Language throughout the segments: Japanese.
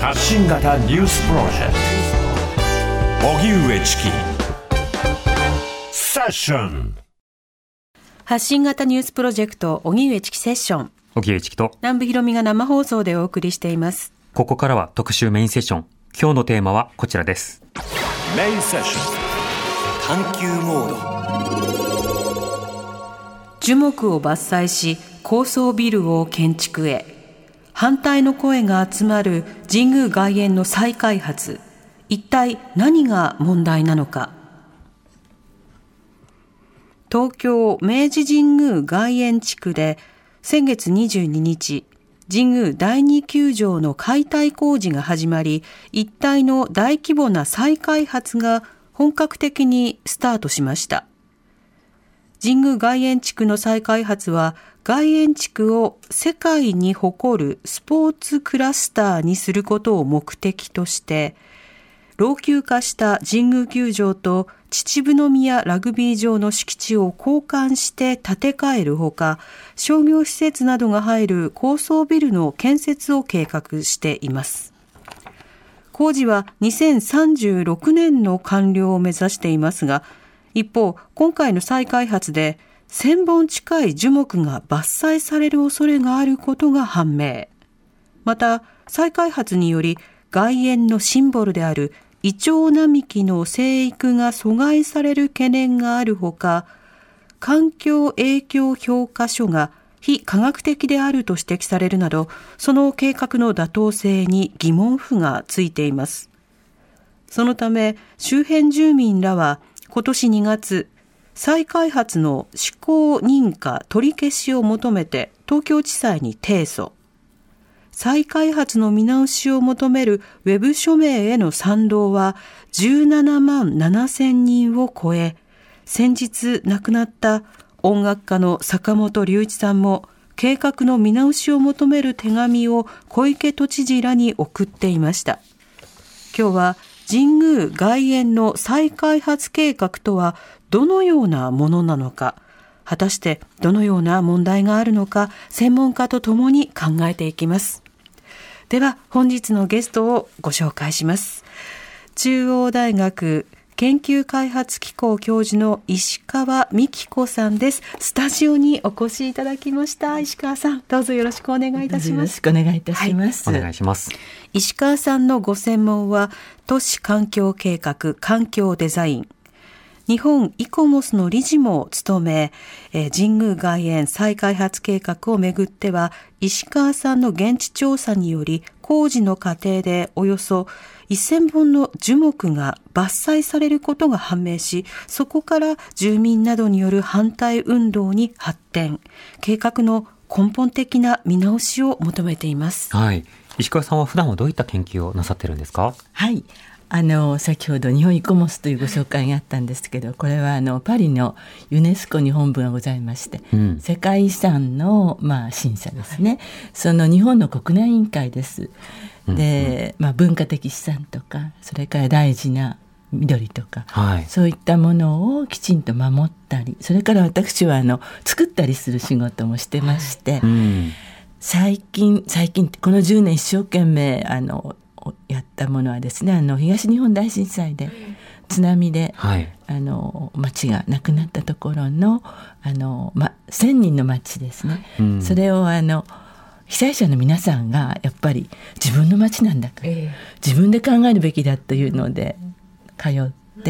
発信型ニュースプロジェクト荻上チキセッション。 発信型ニュースプロジェクト荻上チキセッション、 荻上チキと南部ひろみが生放送でお送りしています。 ここからは特集メインセッション。今日のテーマはこちらです。 メインセッション探求モード。 樹木を伐採し高層ビルを建築へ、反対の声が集まる神宮外苑の再開発。一体何が問題なのか。東京明治神宮外苑地区で先月22日、神宮第2球場の解体工事が始まり、一帯の大規模な再開発が本格的にスタートしました。神宮外苑地区の再開発は、外苑地区を世界に誇るスポーツクラスターにすることを目的として、老朽化した神宮球場と秩父宮ラグビー場の敷地を交換して建て替えるほか、商業施設などが入る高層ビルの建設を計画しています。工事は2036年の完了を目指していますが、一方、今回の再開発で1000本近い樹木が伐採される恐れがあることが判明。また、再開発により外苑のシンボルであるイチョウ並木の生育が阻害される懸念があるほか、環境影響評価書が非科学的であると指摘されるなど、その計画の妥当性に疑問符がついています。そのため、周辺住民らは今年2月、再開発の施行認可取り消しを求めて東京地裁に提訴。再開発の見直しを求めるウェブ署名への賛同は17万7000人を超え、先日亡くなった音楽家の坂本龍一さんも計画の見直しを求める手紙を小池都知事らに送っていました。今日は神宮外苑の再開発計画とはどのようなものなのか、果たしてどのような問題があるのか、専門家とともに考えていきます。では本日のゲストをご紹介します。中央大学研究開発機構教授の石川美希子さんです。スタジオにお越しいただきました。石川さん、どうぞよろしくお願いいたします。 よろしくお願いいたします。 お願いします。 石川さんのご専門は都市環境計画、環境デザイン、日本イコモスの理事も務め、神宮外苑再開発計画をめぐっては、石川さんの現地調査により工事の過程でおよそ1000本の樹木が伐採されることが判明し、そこから住民などによる反対運動に発展、計画の根本的な見直しを求めています。 はい。石川さんは普段はどういった研究をなさってるんですか？ はい。先ほど日本イコモスというご紹介があったんですけど、これはパリのユネスコに本部がございまして、世界遺産の、審査ですね、その日本の国内委員会です。で、文化的資産とか、それから大事な緑とか、そういったものをきちんと守ったり、それから私は作ったりする仕事もしてまして、最近ってこの10年一生懸命やったものはですね、東日本大震災で津波で、町がなくなったところの1000人の町ですね、それを被災者の皆さんがやっぱり自分の町なんだから、自分で考えるべきだというので通って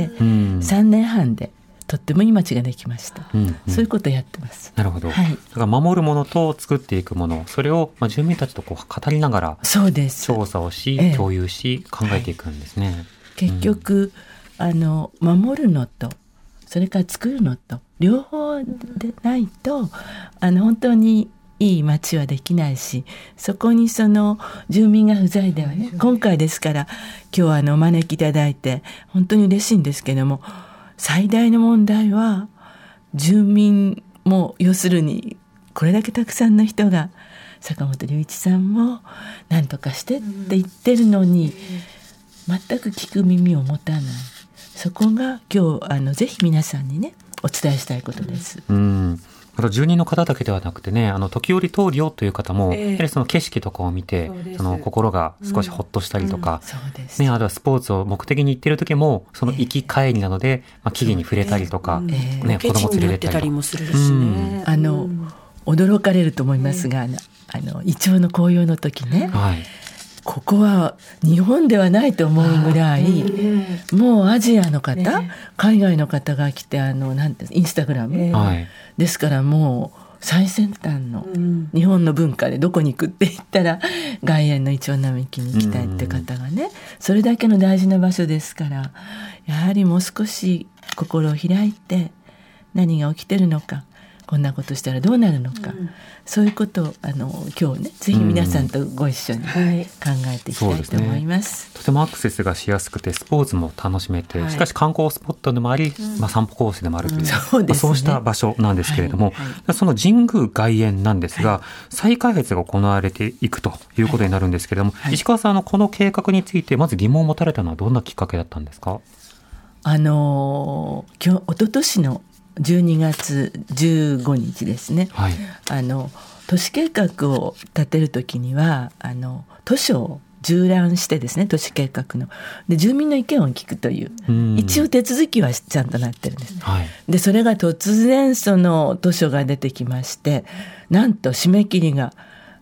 、3年半でとってもいい街ができました。そういうことをやってます。 なるほど。だから守るものと作っていくもの、それを住民たちと語りながら調査をし、共有し考えていくんですね。 結局、守るのとそれから作るのと両方でないと本当にいい街はできないし、そこにその住民が不在ではね、今回ですから今日お招きいただいて本当に嬉しいんですけども、最大の問題は住民も要するにこれだけたくさんの人が坂本龍一さんも何とかしてって言ってるのに全く聞く耳を持たない。そこが今日ぜひ皆さんにねお伝えしたいことです。 あと住人の方だけではなくてね、時折通るよという方も、やはりその景色とかを見て、その心が少しほっとしたりとか、ね、あとはスポーツを目的に行っている時も、その行き帰りなので、木々に触れたりとか、ね、子供連れてたりもするしね。 驚かれると思いますが、イチョウの紅葉の時ね、はい、ここは日本ではないと思うぐらい、もうアジアの方、海外の方が来てなんてインスタグラム、ですからもう最先端の日本の文化でどこに行くって言ったら外苑のイチョウ並木に行きたいって方がね、それだけの大事な場所ですから、やはりもう少し心を開いて、何が起きてるのか、こんなことしたらどうなるのか、そういうことを今日ね、ぜひ皆さんとご一緒に考えていきたいと思います。 とてもアクセスがしやすくて、スポーツも楽しめて、しかし観光スポットでもあり、散歩コースでもあるという、そうした場所なんですけれども、その神宮外苑なんですが、再開発が行われていくということになるんですけれども、石川さん、この計画についてまず疑問を持たれたのはどんなきっかけだったんですか？ 一昨年の12月15日ですね、都市計画を立てるときには都市を縦覧してですね、都市計画ので住民の意見を聞くという、一応手続きはちゃんとなってるんです、でそれが突然その図書が出てきまして、なんと締め切りが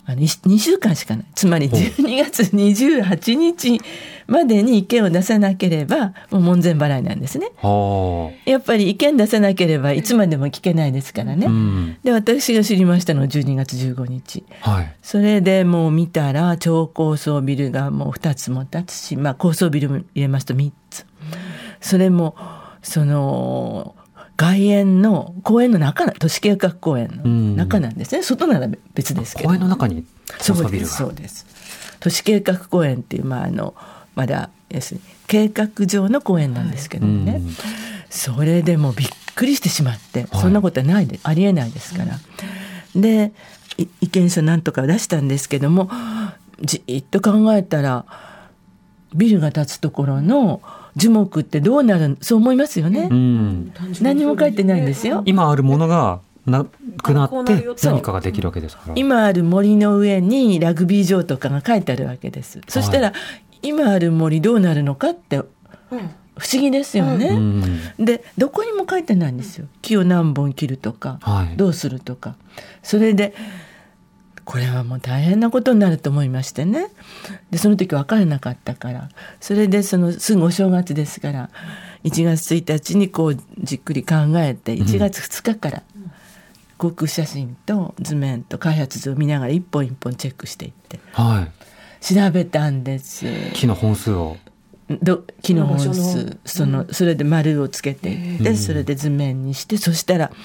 2週間しかない、つまり12月28日までに意見を出さなければもう門前払いなんですね。やっぱり意見出さなければいつまでも聞けないですからね、で私が知りましたのは12月15日、それでもう見たら超高層ビルがもう2つも建つし、高層ビルも入れますと3つ、それもその外苑の公園の中、都市計画公園の中なんですね、外なら別ですけど、 公園の中に高層ビルが。 そうです。都市計画公園っていう、まだ要するに計画上の公園なんですけどもね、それでもびっくりしてしまって、そんなことはないで、ありえないですから、で意見書なんとか出したんですけども、じっと考えたらビルが建つところの樹木ってどうなる、そう思いますよね、何も書いてないんですよ。 今あるものがなくなって何かができるわけですから、 今ある森の上にラグビー場とかが書いてあるわけです、そしたら今ある森どうなるのかって不思議ですよね、でどこにも書いてないんですよ。木を何本切るとか、どうするとか、それでこれはもう大変なことになると思いましてね、でその時分からなかったから、それですぐお正月ですから1月1日にこうじっくり考えて、1月2日から航空写真と図面と開発図を見ながら一本一本チェックしていって、調べたんです。 木の本数を木の本数、それで丸をつけていって、それで図面にして、そしたら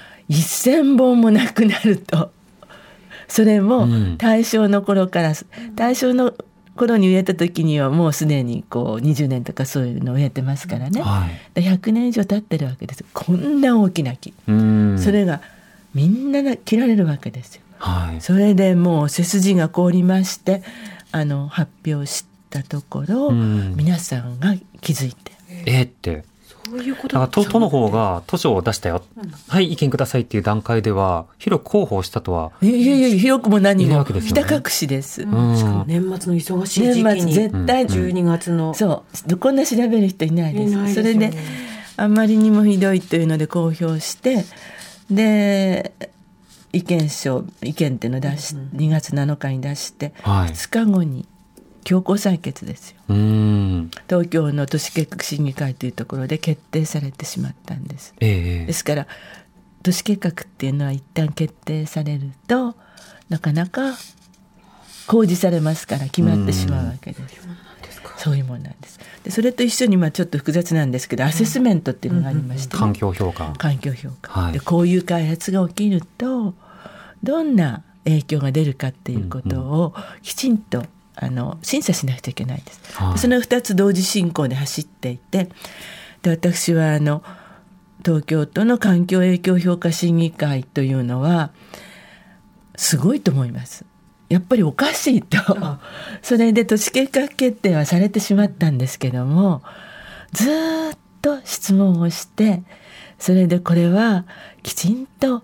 1000本もなくなると、それも大正の頃から、大正の頃に植えた時にはもうすでにこう20年とかそういうのを植えてますからね、100年以上経ってるわけです。こんな大きな木、それがみんな切られるわけですよ、それでもう背筋が凍りまして、発表したところ、皆さんが気づいて、 ってそういうことだから都の方が図書を出したよ、はい意見くださいっていう段階では広く広報したとは、 いや広くも何もひた隠しです、しかも年末の忙しい時期に絶対 12月の、 そうこんな調べる人いないです、それであまりにもひどいというので公表して、で意見っていうのを出し、2月7日に出して、2日後に強行採決ですよ。東京の都市計画審議会というところで決定されてしまったんです、ですから都市計画っていうのは一旦決定されるとなかなか公示されますから決まってしまうわけです。そういうものなんです。でそれと一緒にちょっと複雑なんですけど、アセスメントっていうのがありまして、 環境評価、 でこういう開発が起きるとどんな影響が出るかっていうことをきちんと審査しなくちゃいけないんです、その2つ同時進行で走っていて、で私は東京都の環境影響評価審議会というのはすごいと思います。やっぱりおかしいと、それで都市計画決定はされてしまったんですけども、ずっと質問をして、それでこれはきちんと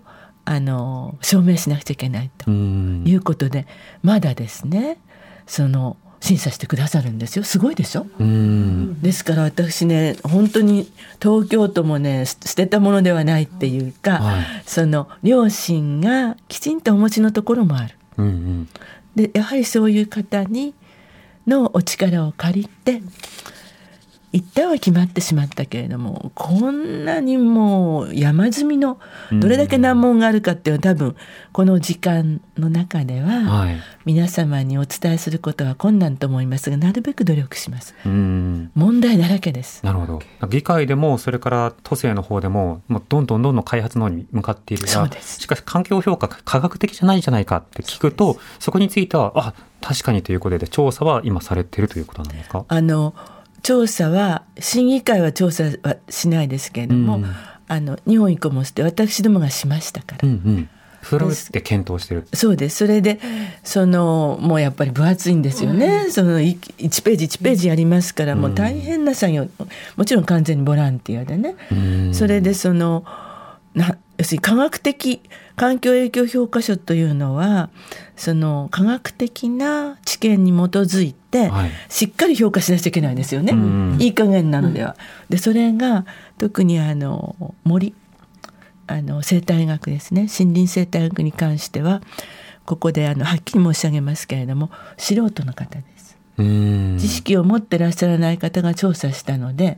証明しなくちゃいけないということで、まだですね審査してくださるんですよ。すごいでしょ。ですから私ね、本当に東京都もね捨てたものではないっていうか、良心がきちんとお持ちのところもある、でやはりそういう方のお力を借りて、一旦は決まってしまったけれども、こんなにもう山積みのどれだけ難問があるかっていうのは、多分この時間の中では皆様にお伝えすることは困難と思いますが、なるべく努力します。問題だらけです。 なるほど。議会でもそれから都政の方でもどんどん開発の方に向かっているが、 そうです。 しかし環境評価科学的じゃないんじゃないかって聞くと、そこについては確かにということで調査は今されているということなんですか。 調査は審議会は調査はしないですけれども、日本イコモスって私どもがしましたから、 それで検討してる。 そうです。それでもうやっぱり分厚いんですよね、1ページ1ページありますから、もう大変な作業、もちろん完全にボランティアでね、それで要するに科学的環境影響評価書というのは科学的な知見に基づいてしっかり評価しなきゃいけないんですよね、いい加減なのでは。でそれが特に森生態学ですね、森林生態学に関してはここではっきり申し上げますけれども、素人の方です。知識を持ってらっしゃらない方が調査したので、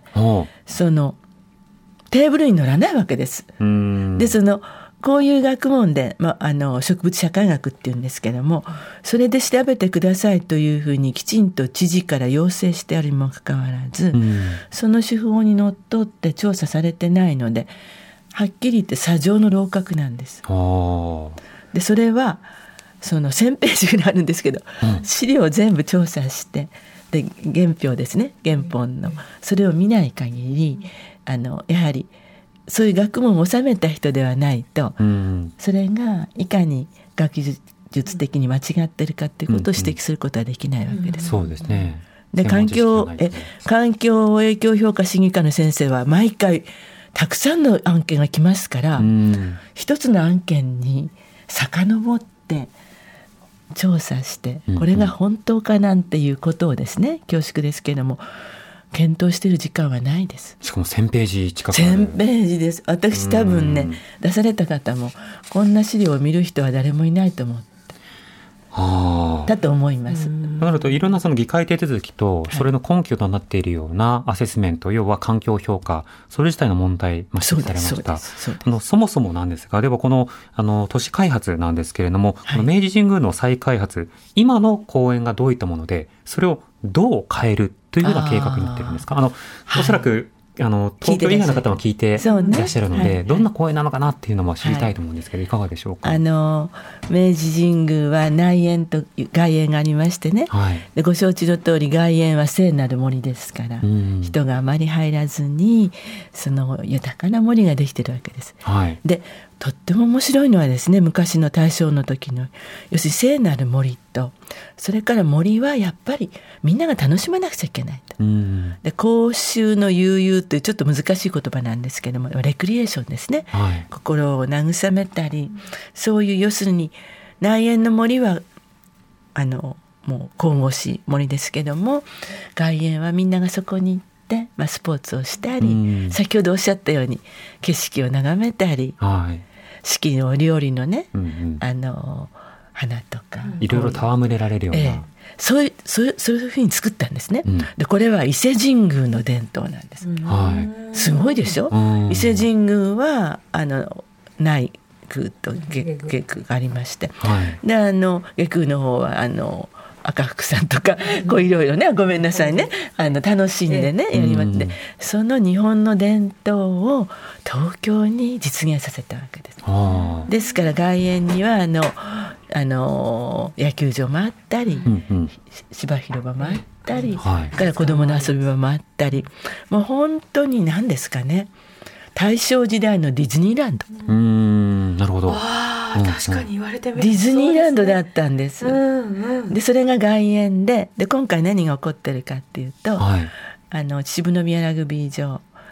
テーブルに乗らないわけです。でこういう学問で、植物社会学っていうんですけども、それで調べてくださいというふうにきちんと知事から要請してあるにもかかわらず、その手法にのっとって調査されてないので、はっきり言って砂上の楼閣なんです。でそれは1000ページぐらいあるんですけど、資料を全部調査して、で原票ですね、原本のそれを見ない限りやはりそういう学問を収めた人ではないと、それがいかに学術的に間違ってるかということを指摘することはできないわけです。 そうですね。 で環境影響評価審議会の先生は毎回たくさんの案件が来ますから、一つの案件に遡って調査して、これが本当かなんていうことをですね、恐縮ですけれども検討している時間はないです。 しかも1000ページ近くある。 1000ページです。私多分ね、出された方もこんな資料を見る人は誰もいないと思ってだと思います。 なるといろんな議会手続きとそれの根拠となっているようなアセスメント、要は環境評価、それ自体の問題指摘されました。そもそもなんですが、ではこの都市開発なんですけれども、この明治神宮の再開発、今の公園がどういったもので、それをどう変えるというような計画になっているんですか。おそらく東京以外の方も聞いていらっしゃるので、どんな公園なのかなっていうのも知りたいと思うんですけど、いかがでしょうか。 明治神宮は内苑と外苑がありましてね、でご承知の通り外苑は聖なる森ですから、人があまり入らずに豊かな森ができてるわけです。でとっても面白いのはですね、昔の大正の時の要するに聖なる森と、それから森はやっぱりみんなが楽しまなくちゃいけないと。で公衆の悠々というちょっと難しい言葉なんですけども、レクリエーションですね、心を慰めたり、そういう要するに内苑の森はもう神々しい森ですけども、外苑はみんながそこに行って、スポーツをしたり、先ほどおっしゃったように景色を眺めたり、四季の料理のね、花とかいろいろ戯れられるような、 そういうふうに作ったんですね。でこれは伊勢神宮の伝統なんです。すごいでしょ。伊勢神宮は内宮と外宮がありまして、で外宮の方は赤福さんとかこういろいろね、ごめんなさいね、楽しんでねやりますで、その日本の伝統を東京に実現させたわけです。ですから外苑には野球場もあったり、芝広場もあったり、から子どもの遊び場もあったり、もう本当に何ですかね、大正時代のディズニーランド。 なるほど。 確かに言われてみるとディズニーランドだったんです。でそれが外苑で、今回何が起こってるかっていうと、秩父宮ラグビー場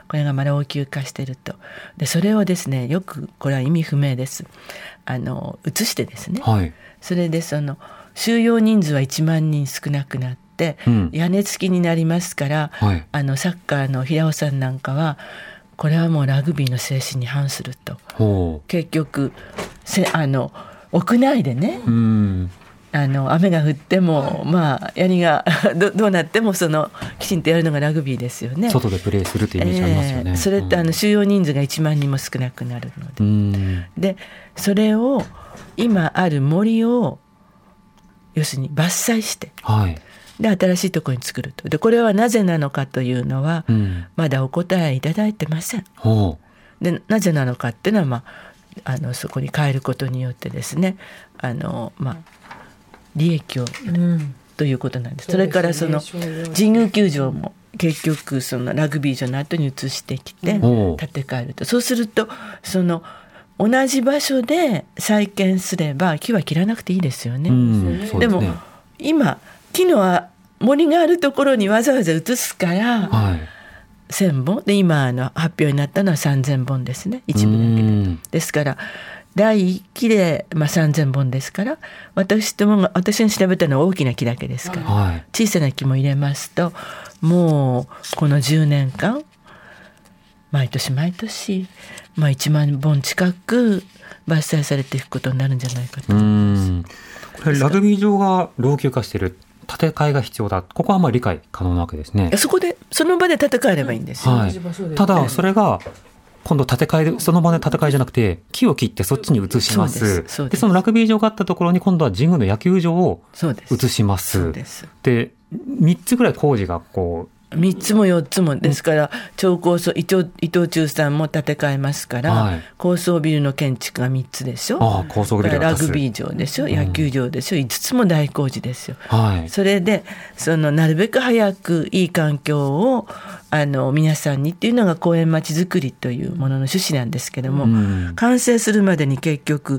これが老朽化してると。でそれをですね、よくこれは意味不明です。移してですね、はい、それでその収容人数は1万人少なくなって、屋根付きになりますから、はい、サッカーの平尾さんなんかはこれはもうラグビーの精神に反すると。結局屋内でね、雨が降っても、槍がどうなってもきちんとやるのがラグビーですよね。 外でプレーするというイメージありますよね。 それって収容人数が1万人も少なくなるので、でそれを今ある森を要するに伐採して、はい、で新しいところに作ると。でこれはなぜなのかというのは、まだお答えいただいてません。でなぜなのかっていうのは、そこに変えることによってですね、利益をということなんです。それから神宮球場も結局ラグビー場の後に移してきて建て替えると。そうすると同じ場所で再建すれば木は切らなくていいですよね。でも今木の森があるところにわざわざ移すから、1000本で今発表になったのは3000本ですね、一部だけで。ですから第1期で、3000本ですから、私に調べたのは大きな木だけですから、小さな木も入れますと、もうこの10年間毎年毎年、1万本近く伐採されていくことになるんじゃないかと思います。 これラグビー場が老朽化している、建て替えが必要だ、ここは理解可能なわけですね。 その場で建て替えればいいんですよ、 ただそれが今度その場で建て替えじゃなくて木を切ってそっちに移します。でそのラグビー場があったところに今度は神宮の野球場を移します。で3つぐらい工事が 3つも4つもですから、超高層伊藤忠さんも建て替えますから、高層ビルの建築が3つでしょ。高層ビルがラグビー場でしょ、野球場でしょ、5つも大工事ですよ。それでなるべく早くいい環境を皆さんにっていうのが公園まちづくりというものの趣旨なんですけども、完成するまでに結局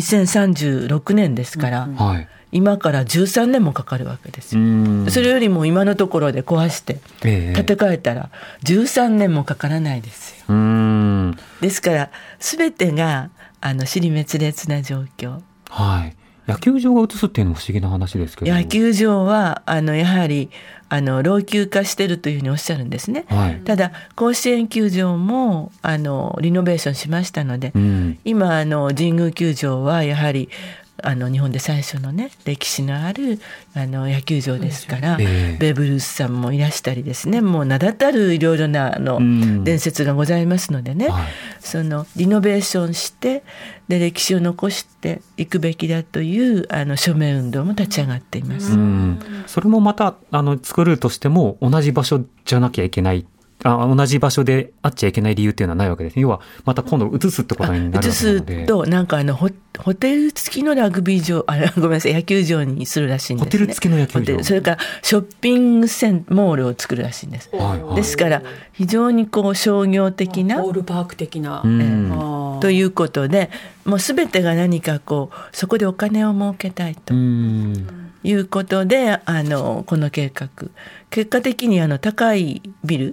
2036年ですから、今から13年もかかるわけですよ。それよりも今のところで壊して建て替えたら13年もかからないですよ。ですから全てが支離滅裂な状況。 野球場が移すっていうのも不思議な話ですけど、 野球場はやはり老朽化してるというふうにおっしゃるんですね。ただ甲子園球場もリノベーションしましたので、今神宮球場はやはり日本で最初のね歴史のある野球場ですから、ベーブ・ルースさんもいらしたりですね、もう名だたるいろいろな伝説がございますのでね、リノベーションしてで歴史を残していくべきだという署名運動も立ち上がっています。 それもまた作るとしても同じ場所じゃなきゃいけない、同じ場所であっちゃいけない理由っていうのはないわけですね。要はまた今度移すってことになるわけなので、 移すとなんかホテル付きのラグビー場ごめんなさい野球場にするらしいんですね。 ホテル付きの野球場、 それからショッピングモールを作るらしいんです。ですから非常に商業的なボールパーク的な、 ということで、もう全てが何かそこでお金を儲けたいということでこの計画、結果的に高いビル、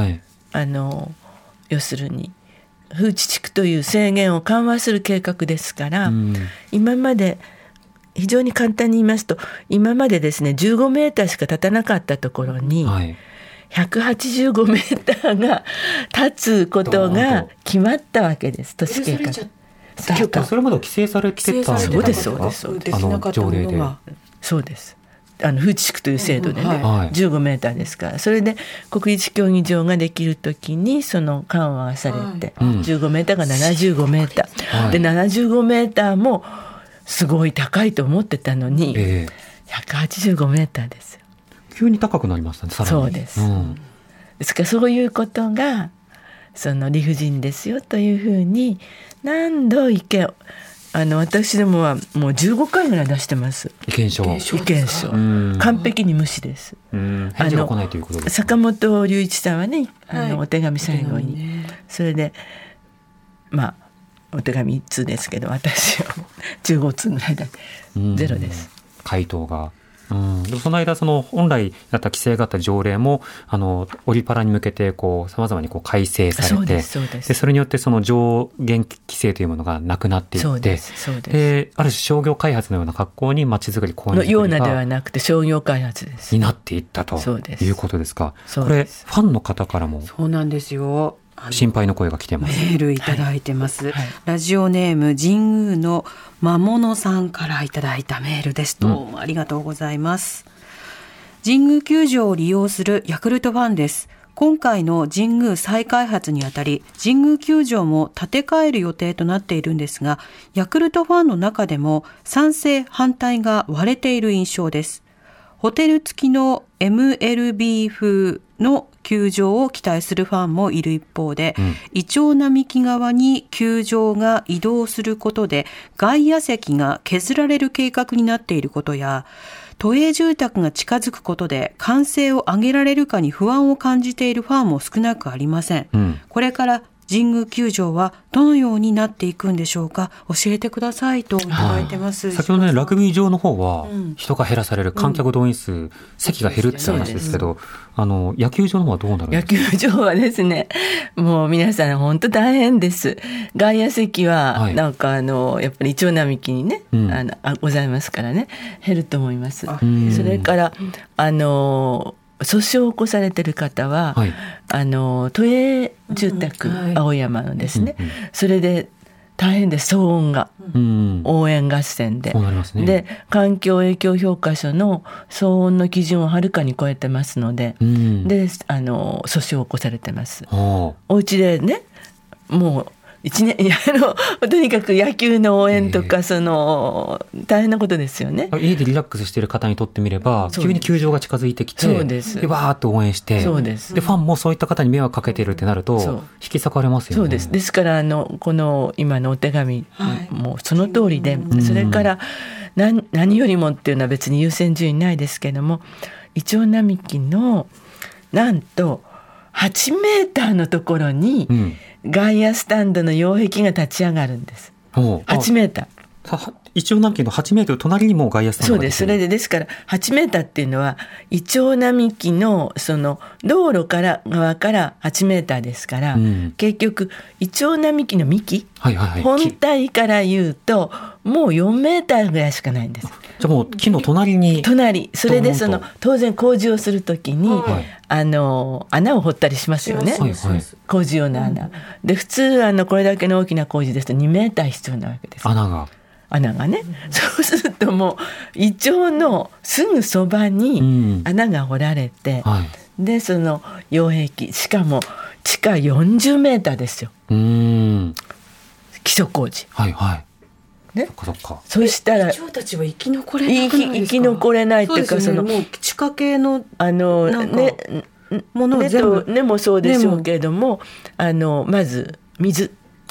要するに風致地区という制限を緩和する計画ですから、今まで非常に簡単に言いますと、今までですね15メーターしか立たなかったところに、185メーターが立つことが決まったわけです。都市計画。 それまで規制されてたんじゃないですか。条例で。 そうです。風致地区という制度でね、15メーターですから、それで国立競技場ができるときに緩和がされて、15メーターが75メーター、で75メーターもすごい高いと思ってたのに、185メーターですよ。 急に高くなりましたね。さらにそうです、ですからそういうことが理不尽ですよというふうに何度意見私どもはもう15回ぐらい出してます。意見書完璧に無視です。 返事が来ないということですか。 坂本龍一さんはねお手紙最後に、それでお手紙1通ですけど、私は15通ぐらいだゼロです。 回答がでもその間本来だった規制があった条例もオリパラに向けてさまざまに改正されて、それによって上限規制というものがなくなっていって、である種商業開発のような格好に街づくり公園づくりがのようなではなくて商業開発ですになっていったということですか。これファンの方からもそうなんですよ、 心配の声が来てます。 メールいただいてます、ラジオネーム神宮の魔物さんからいただいたメールです。どうもありがとうございます、神宮球場を利用するヤクルトファンです。今回の神宮再開発にあたり、神宮球場も建て替える予定となっているんですが、ヤクルトファンの中でも賛成反対が割れている印象です。ホテル付きの MLB 風の球場を期待するファンもいる一方で、イチョウ並木側に球場が移動することで外野席が削られる計画になっていることや、都営住宅が近づくことで歓声を上げられるかに不安を感じているファンも少なくありません、これから神宮球場はどのようになっていくんでしょうか、教えてくださいといただいてます、 先ほどね、ラグビー場の方は人が減らされる、観客動員数、席が減るって話ですけど、野球場の方はどうなるんですか。 野球場はですね、もう皆さん本当大変です。外野席はなんかやっぱりイチョウ並木にね、ございますからね、減ると思います。それから訴訟を起こされている方は、都営住宅、青山のですね、それで大変で騒音が、応援合戦で、で環境影響評価書の騒音の基準をはるかに超えてますので、で訴訟を起こされてます。お家でね、もう1年とにかく野球の応援とか大変なことですよね。 家でリラックスしている方にとってみれば、急に球場が近づいてきて、でわーっと応援して、でファンもそういった方に迷惑かけているってなると引き裂かれますよね。 そうです。ですからこの今のお手紙もその通りで、それから何よりもっていうのは別に優先順位ないですけども、イチョウ並木のなんと8メーターのところに、外野スタンドの擁壁が立ち上がるんです。8メーター。 イチョウ並木の8メートル隣にも外野スタンドが。 そうです。それでですから8メーターっていうのはイチョウ並木の道路から側から8メーターですから、結局イチョウ並木の幹、本体から言うともう4メーターぐらいしかないんです。 じゃあもう木の隣に。 それで当然工事をするときに、穴を掘ったりしますよね。工事用の穴。で普通これだけの大きな工事ですと2メーター必要なわけです。穴がね、そうするともうイチョウのすぐそばに穴が掘られて、で擁壁、しかも地下40メーターですよ。基礎工事。ね、そしたらイチョウたちは生き残れない生き残れないっていうか、 もう地下系のものを全部根もそうでしょうけれども、まず水、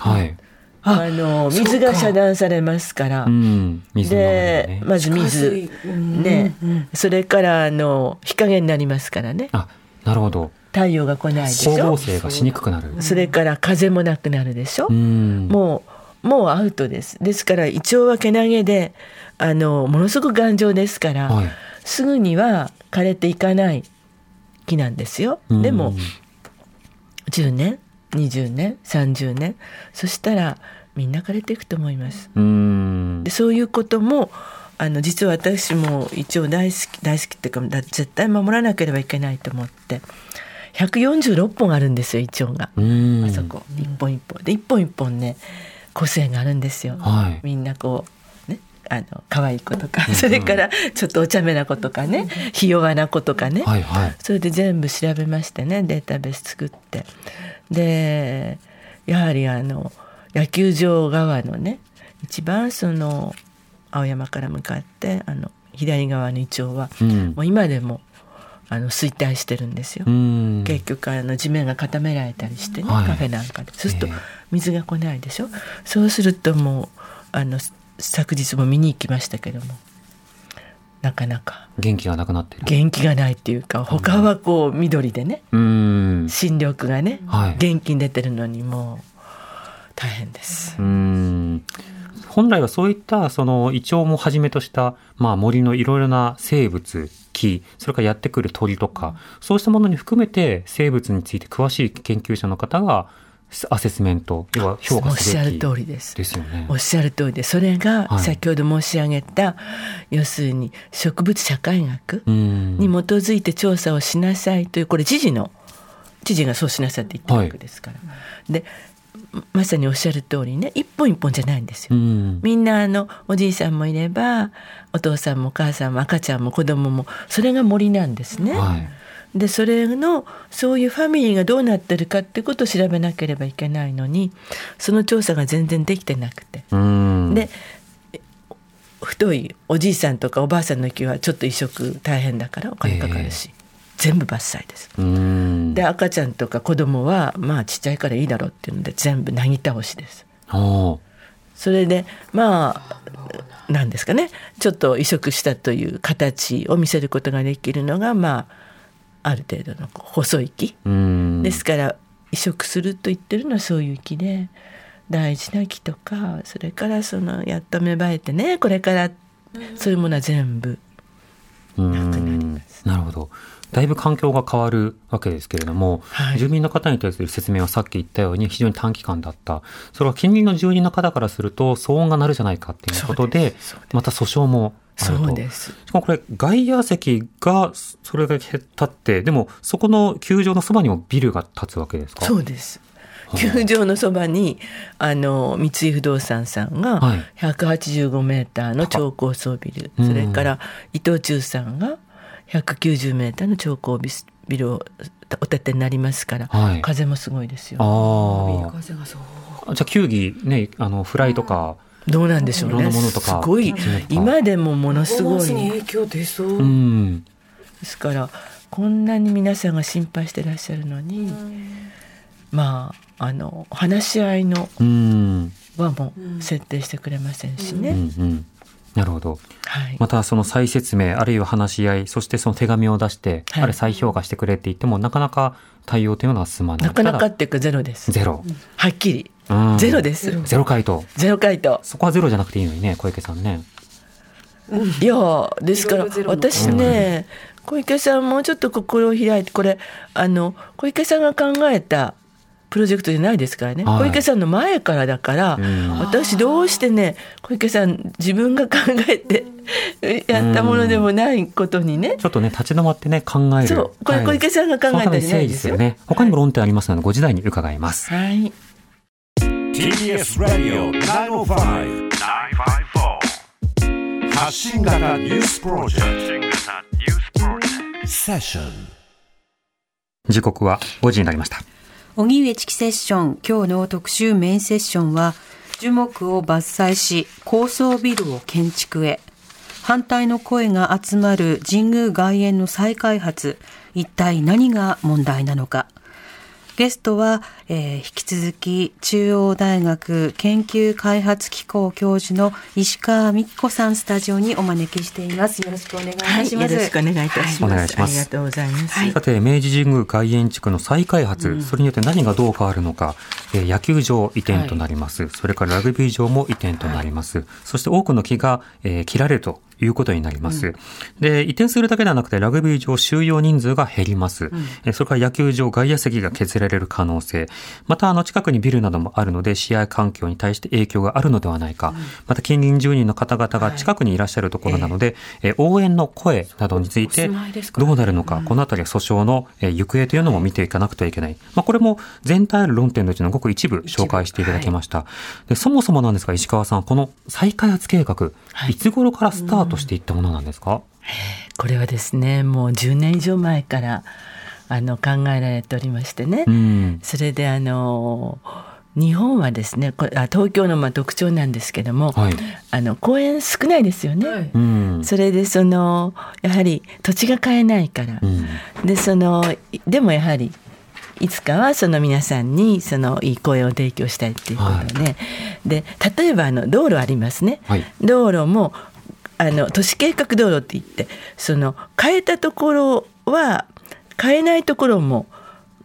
水が遮断されますから、でまず水、それから日陰になりますからね。 なるほど。 太陽が来ないでしょ。 光合成がしにくくなる。 それから風もなくなるでしょ。もうアウトです。ですからイチョウはけなげでものすごく頑丈ですから、すぐには枯れていかない木なんですよ。でも10年20年30年、そしたらみんな枯れていくと思います。でそういうことも実は私もイチョウ大好きっていうか、絶対守らなければいけないと思って146本あるんですよ、イチョウが。あそこ一本一本で一本一本ね、個性があるんですよ。みんなね、可愛い子とか、それからちょっとお茶目な子とかね、ひ弱な子とかね、それで全部調べましてね、データベース作って、でやはり野球場側のね、一番青山から向かって左側のイチョウは、もう今でも衰退してるんですよ。結局地面が固められたりしてね、カフェなんかで、そうすると水が来ないでしょ。そうするともう昨日も見に行きましたけども、なかなか元気がなくなっている。 元気がないっていうか、他は緑でね、新緑がね、元気に出てるのにもう大変です。 本来はそういったそのイチョウもはじめとした、森のいろいろな生物、木、それからやってくる鳥とか、そうしたものに含めて生物について詳しい研究者の方がアセスメント、要は評価すべきおっしゃる通りです。 ですよね。 おっしゃる通りで、それが先ほど申し上げた、要するに植物社会学に基づいて調査をしなさいという、これ知事がそうしなさいって言ってるわけですから、でまさにおっしゃる通りね、一本一本じゃないんですよ。みんなおじいさんもいれば、お父さんもお母さんも赤ちゃんも子供も、それが森なんですね。でそれのそういうファミリーがどうなってるかってことを調べなければいけないのに、その調査が全然できてなくて、で太いおじいさんとかおばあさんの木はちょっと移植大変だからお金かかるし、全部伐採です。で赤ちゃんとか子供はちっちゃいからいいだろうっていうので全部なぎ倒しです。それでなんですかね、ちょっと移植したという形を見せることができるのがある程度の細い木ですから、移植すると言ってるのはそういう木で、大事な木とか、それからやっと芽生えてね、これからそういうものは全部なくなります。 なるほど。だいぶ環境が変わるわけですけれども、住民の方に対する説明はさっき言ったように非常に短期間だった。それは近隣の住人の方からすると騒音が鳴るじゃないかっていうことで、また訴訟もあると。 そうです。 しかもこれ外野席がそれだけ立って、でもそこの球場のそばにもビルが建つわけですか？ そうです。球場のそばに三井不動産さんが185メーターの超高層ビル、それから伊藤忠さんが190メーターの超高ビルをお建てになりますから、風もすごいですよ。 風がそう。 じゃあ球技ね、フライとか、 どうなんでしょうね。いろんなものとかすごい、今でもものすごい影響出そう。 ですからこんなに皆さんが心配してらっしゃるのに、話し合いの場も設定してくれませんしね。 なるほど。またその再説明、あるいは話し合い、そしてその手紙を出して、あれ再評価してくれって言ってもなかなか対応というのは進まない。 なかなかっていうかゼロです。 ゼロ。 はっきりゼロです。 ゼロ回答。 ゼロ回答。 そこはゼロじゃなくていいのにね、小池さんね。 いやですから私ね、小池さんもうちょっと心を開いて、これ小池さんが考えたプロジェクトじゃないですからね、小池さんの前からだから、私どうしてね、小池さん自分が考えてやったものでもないことにね、 ちょっとね立ち止まってね考える。 そう、これ小池さんが考えたじゃないですよね。 他にも論点ありますので5時台に伺います。 TBS ラジオ905-954発信型ニュースプロジェクトセッション。 時刻は5時になりました。 荻上チキセッション、今日の特集メインセッションは、樹木を伐採し高層ビルを建築へ、反対の声が集まる神宮外苑の再開発、一体何が問題なのか。ゲストは、引き続き中央大学研究開発機構教授の石川美希子さん、スタジオにお招きしています。よろしくお願いいたします。 よろしくお願いいたします。 お願いします。 ありがとうございます。 さて、明治神宮外苑地区の再開発、それによって何がどう変わるのか、野球場移転となります、それからラグビー場も移転となります、そして多くの木が、切られるということになります、で移転するだけではなくてラグビー場収容人数が減ります、それから野球場外野席が削られる可能性、また近くにビルなどもあるので試合環境に対して影響があるのではないか、また近隣住人の方々が近くにいらっしゃるところなので、応援の声などについてどうなるのか、このあたりは訴訟の行方というのも見ていかなくてはいけない、これも全体の論点のうちのごく一部紹介していただきました、でそもそもなんですが石川さん、この再開発計画、いつ頃からスタートしていったものなんですか？ これはですね、もう10年以上前から考えられておりましてね、それで日本はですね、東京の特徴なんですけども、公園少ないですよね、それでやはり土地が買えないから、ででもやはりいつかは皆さんにいい公園を提供したいっていうことで、で例えば道路ありますね、道路も都市計画道路って言って、変えたところは変えないところも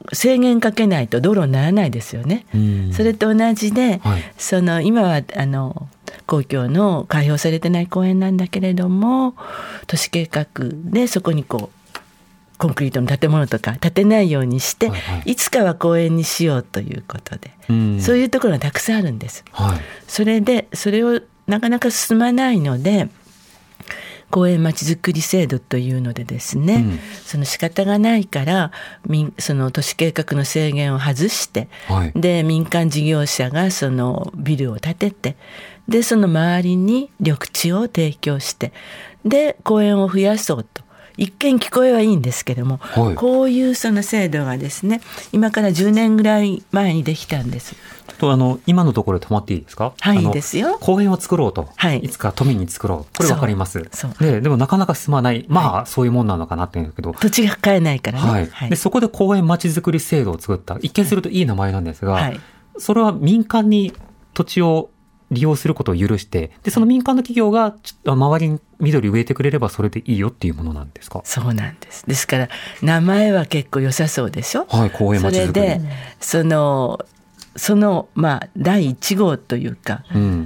制限かけないと道路にならないですよね。それと同じで、今は公共の開放されてない公園なんだけれども、都市計画でそこにコンクリートの建物とか建てないようにして、いつかは公園にしようということで、そういうところがたくさんあるんです。それをなかなか進まないので、公園まちづくり制度というのでですね、その仕方がないからその都市計画の制限を外して、で民間事業者がそのビルを建てて、でその周りに緑地を提供して、で公園を増やそうと。一見聞こえはいいんですけども、こういうその制度がですね、今から10年ぐらい前にできたんです。 今のところで止まっていいですか？ はい、いいですよ。 公園を作ろうと、いつか都民に作ろう、これ分かります。でもなかなか進まない、そういうもんなのかなって言うんだけど、 土地が買えないからね。 でそこで公園まちづくり制度を作った、一見するといい名前なんですが、それは民間に土地を利用することを許して、でその民間の企業が周りに緑植えてくれればそれでいいよっていうものなんですか？ そうなんです。ですから名前は結構良さそうでしょ。 公園まちづくり。 それでその第1号というか、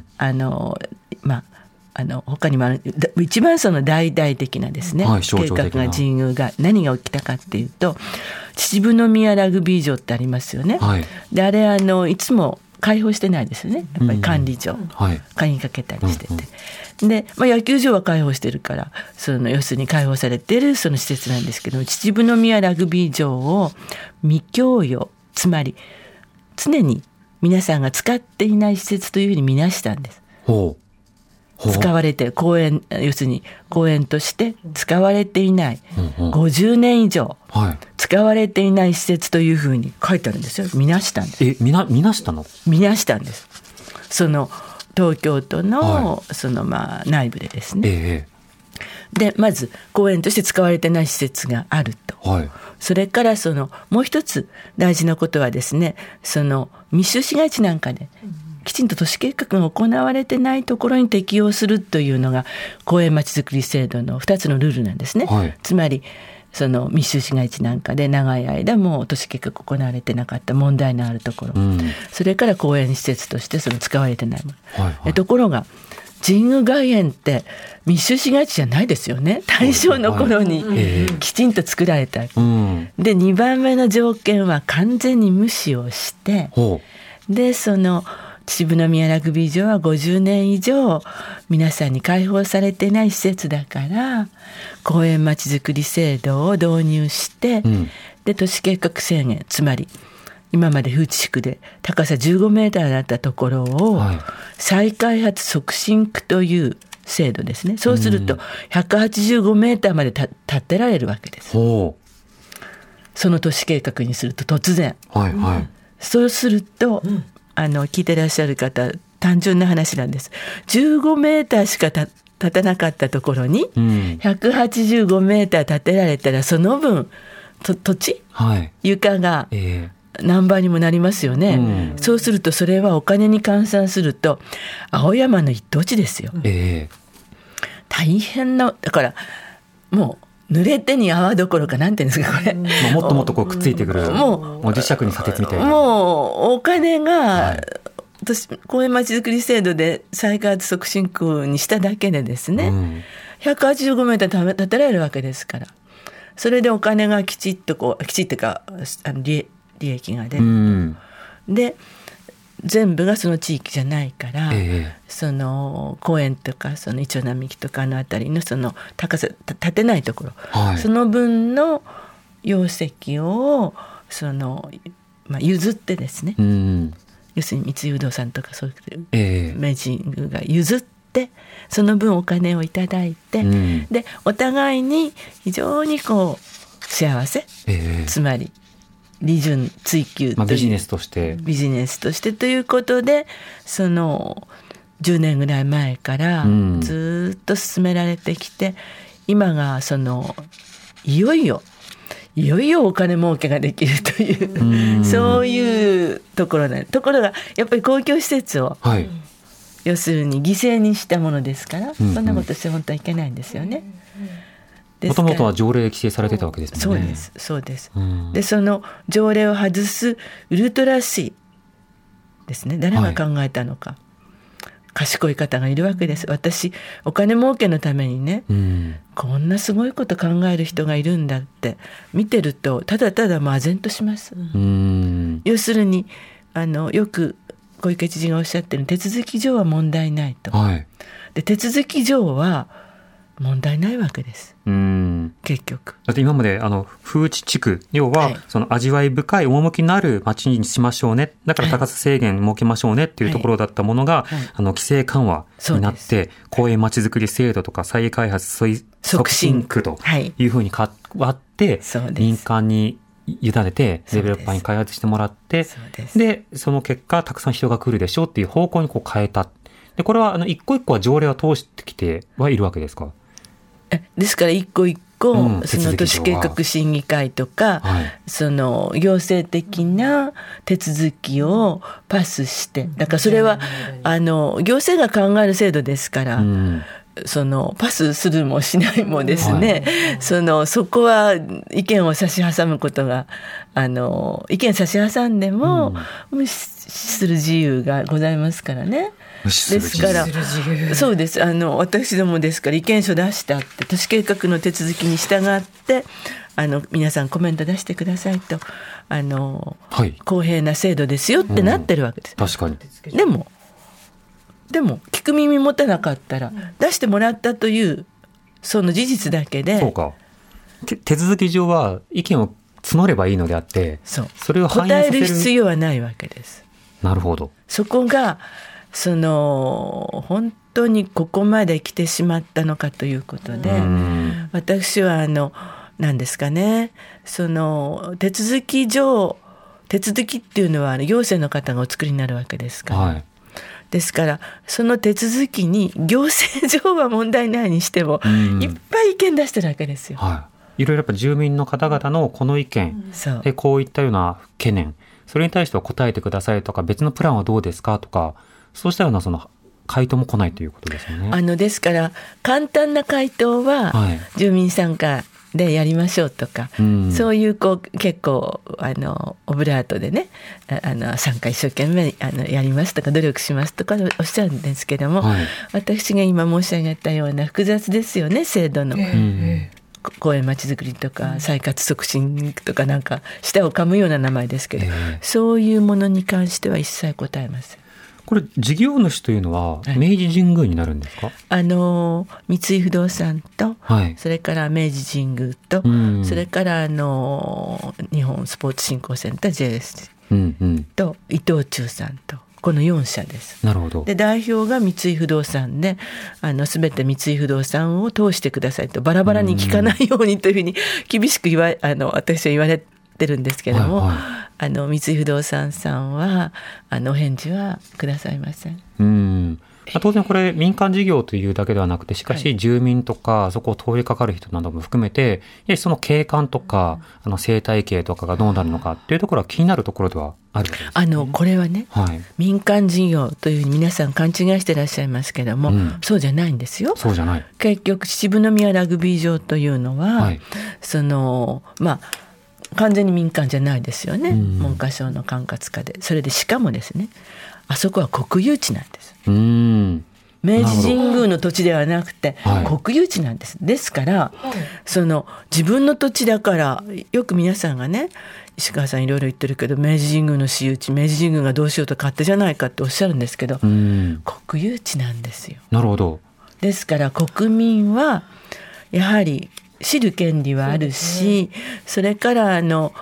他にも一番その大々的なですね、計画が神宮が何が起きたかっていうと、秩父宮ラグビー場ってありますよね。であれいつも開放してないですよね。やっぱり管理場、鍵かけたりしてて、で、野球場は開放してるから、要するに開放されているその施設なんですけども、秩父宮ラグビー場を未供用、つまり常に皆さんが使っていない施設というふうに見なしたんです。使われて公園、要するに公園として使われていない、50年以上使われていない施設というふうに書いてあるんですよ。見なしたんです。 見なしたの？見なしたんです。東京都の、内部でですね。でまず公園として使われてない施設があると、それからもう一つ大事なことはですね、密集市街地なんかできちんと都市計画が行われてないところに適用するというのが公園まちづくり制度の2つのルールなんですね。つまり密集市街地なんかで長い間もう都市計画行われてなかった問題のあるところ、それから公園施設として使われてないもの、ところが神宮外苑って密集市街地じゃないですよね。大正の頃にきちんと作られた、で2番目の条件は完全に無視をして、で秩父宮ラグビー場は50年以上皆さんに開放されてない施設だから、公園まちづくり制度を導入して、で都市計画制限、つまり今まで風地区で高さ15メーターだったところを再開発促進区という制度ですね。そうすると185メーターまで建てられるわけです。その都市計画にすると突然、そうすると、聞いてらっしゃる方、単純な話なんです。15メーターしか建たなかったところに185メーター建てられたら、その分土地、床が何倍にもなりますよね。そうするとそれはお金に換算すると青山の一等地ですよ。大変な、だからもう濡れ手に泡どころか、なんていうんですかこれ、 もっともっとくっついてくる、もう磁石に砂鉄みたいな、 もうお金が、公園まちづくり制度で再開発促進区にしただけでですね、185メーター建てられるわけですから、それでお金がきちっとか利益が出る、で全部がその地域じゃないから、公園とかイチョウ並木とかのあたりの高さ建てないところ、その分の容積を譲ってですね、要するに三井不動産とかそういう明治神宮が譲って、その分お金をいただいて、でお互いに非常に幸せ、つまり利潤追求という、 ビジネスとしてということで、10年ぐらい前からずっと進められてきて、今がいよいよお金儲けができるという、そういうところだ。ところがやっぱり公共施設を、要するに犠牲にしたものですから、そんなことして本当はいけないんですよね。 もともとは条例で規制されてたわけですもんね。 そうです、でその条例を外すウルトラ C ですね。誰が考えたのか、賢い方がいるわけです。私お金儲けのためにね、こんなすごいこと考える人がいるんだって見てるとただただ唖然とします。要するによく小池知事がおっしゃってる手続き上は問題ないと、で手続き上は問題ないわけです。結局だって今まで風致地区、要はその味わい深い趣のある街にしましょうね、だから高さ制限設けましょうねっていうところだったものが、規制緩和になって公営まちづくり制度とか再開発促進区というふうに変わって、民間に委ねてデベロッパーに開発してもらって、でその結果たくさん人が来るでしょうっていう方向に変えた。でこれは一個一個は条例を通してきてはいるわけですか？ ですから一個一個、その都市計画審議会とか、その行政的な手続きをパスして、だからそれは行政が考える制度ですから、そのパスするもしないもですね、そこは意見を差し挟むことが意見差し挟んでも無視する自由がございますからね。ですからそうです。私どもですから意見書出したって都市計画の手続きに従って皆さんコメント出してくださいと公平な制度ですよってなってるわけです。 確かに。 でも聞く耳持たなかったら出してもらったというその事実だけで、 そうか、手続き上は意見を募ればいいのであって、それを反映させる答える必要はないわけです。 なるほど。 そこが本当にここまで来てしまったのかということで、私は何ですかね、手続きっていうのは行政の方がお作りになるわけですから、ですからその手続きに行政上は問題ないにしてもいっぱい意見出してるわけですよ。 いろいろやっぱ住民の方々のこの意見でこういったような懸念、それに対しては答えてくださいとか、別のプランはどうですかとか、そうしたような回答も来ないということですよね。 ですから簡単な回答は住民参加でやりましょうとか、そういう結構オブラートでね参加一生懸命やりますとか努力しますとかおっしゃるんですけども、私が今申し上げたような複雑ですよね、制度の。公園まちづくりとか再活促進とかなんか舌を噛むような名前ですけど、そういうものに関しては一切答えません。 これ事業主というのは明治神宮になるんですか？ 三井不動産と、それから明治神宮と、それから日本スポーツ振興センター JS と伊藤忠さんと、この4社です。 なるほど。 で代表が三井不動産で全て三井不動産を通してくださいと、バラバラに聞かないようにというふうに厳しく私は言われてるんですけども、三井不動産さんはお返事はくださいません。 当然これ民間事業というだけではなくて、しかし住民とかそこを通りかかる人なども含めて、やはりその景観とか生態系とかがどうなるのかというところは気になるところではあるわけですね。 これはね、民間事業というふうに皆さん勘違いしてらっしゃいますけども、そうじゃないんですよ。 そうじゃない。 結局秩父宮ラグビー場というのは、完全に民間じゃないですよね。文科省の管轄下で、それでしかもですね、あそこは国有地なんです。明治神宮の土地ではなくて国有地なんです。ですから自分の土地だから、よく皆さんがね、石川さんいろいろ言ってるけど、明治神宮の私有地、明治神宮がどうしようと勝手じゃないかっておっしゃるんですけど、国有地なんですよ。 なるほど。 ですから国民はやはり知る権利はあるし、それから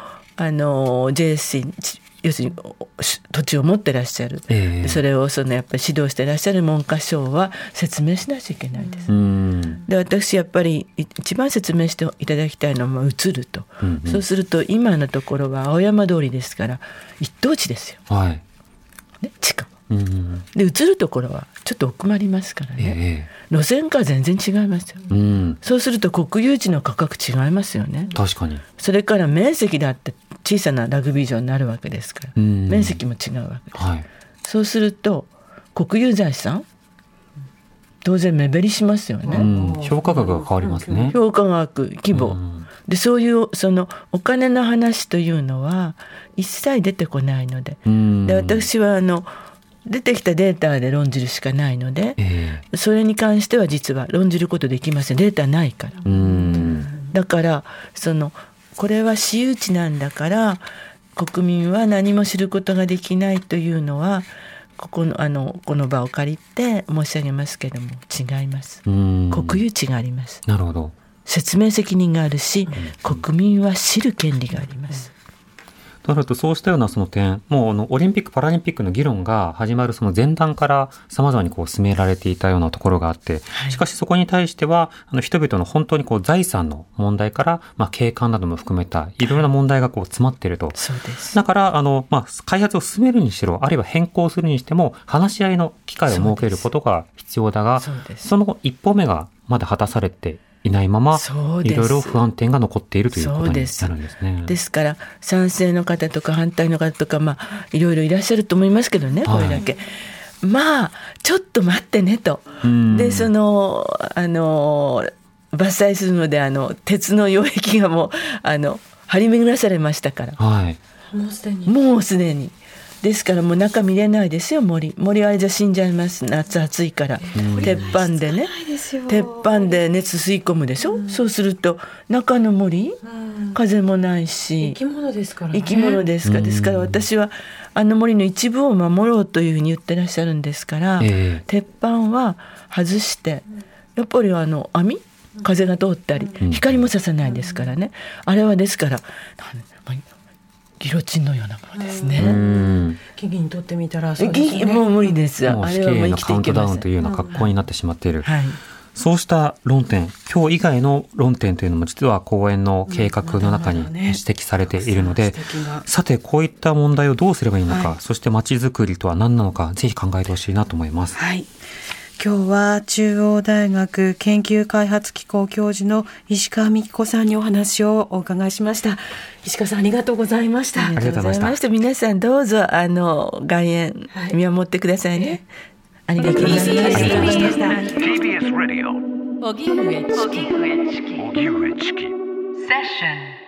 JSC、要するに土地を持ってらっしゃる、それをやっぱり指導してらっしゃる文科省は説明しなきゃいけないです。で私やっぱり一番説明していただきたいのは移ると、そうすると今のところは青山通りですから一等地ですよ、地下で移るところはちょっと奥まりますからね、路線価は全然違いますよ、そうすると国有地の価格違いますよね。 確かに。 それから面積だって小さなラグビー場になるわけですから、面積も違うわけです、そうすると国有財産当然目減りしますよね、 評価額が変わりますね。 評価額規模、でそういうそのお金の話というのは一切出てこないので、で私は出てきたデータで論じるしかないので、それに関しては実は論じることできません。データないから。だからこれは私有地なんだから国民は何も知ることができないというのはこの場を借りて申し上げますけれども違います。国有地があります。 なるほど。 説明責任があるし、国民は知る権利があります。 となるとそうしたようなその点、もうオリンピック・パラリンピックの議論が始まるその前段から様々に進められていたようなところがあって、しかしそこに対しては人々の本当に財産の問題から、景観なども含めたいろいろな問題が詰まっていると。 そうです。 だから開発を進めるにしろ、あるいは変更するにしても話し合いの機会を設けることが必要だが、その一歩目がまだ果たされていないままいろいろ不安点が残っているということになるんですね。 ですから賛成の方とか反対の方とかいろいろいらっしゃると思いますけどね、これだけ、ちょっと待ってねと。で伐採するので鉄の擁壁がもう張り巡らされましたから、もうすでにですからもう中見れないですよ。森はじゃ死んじゃいます。夏暑いから、鉄板でね、鉄板で熱吸い込むでしょ、そうすると中の森、風もないし生き物ですからね。 ですから私は森の一部を守ろうというふうに言ってらっしゃるんですから、鉄板は外してやっぱり網、風が通ったり光もささないですからね、あれはですからギロチンのようなものですね。 木々にとってみたらそうですね、もう無理です。 もう死刑のカウントダウンというような格好になってしまっている、そうした論点、今日以外の論点というのも実は公園の計画の中に指摘されているので、さてこういった問題をどうすればいいのか、そして街づくりとは何なのか、ぜひ考えてほしいなと思います。 今日は中央大学研究開発機構教授の石川美希子さんにお話をお伺いしました。石川さん、ありがとうございました。 ありがとうございました。皆さんどうぞ外苑見守ってくださいね。ありがとうございました。 TBS ラジオ荻上チキセッション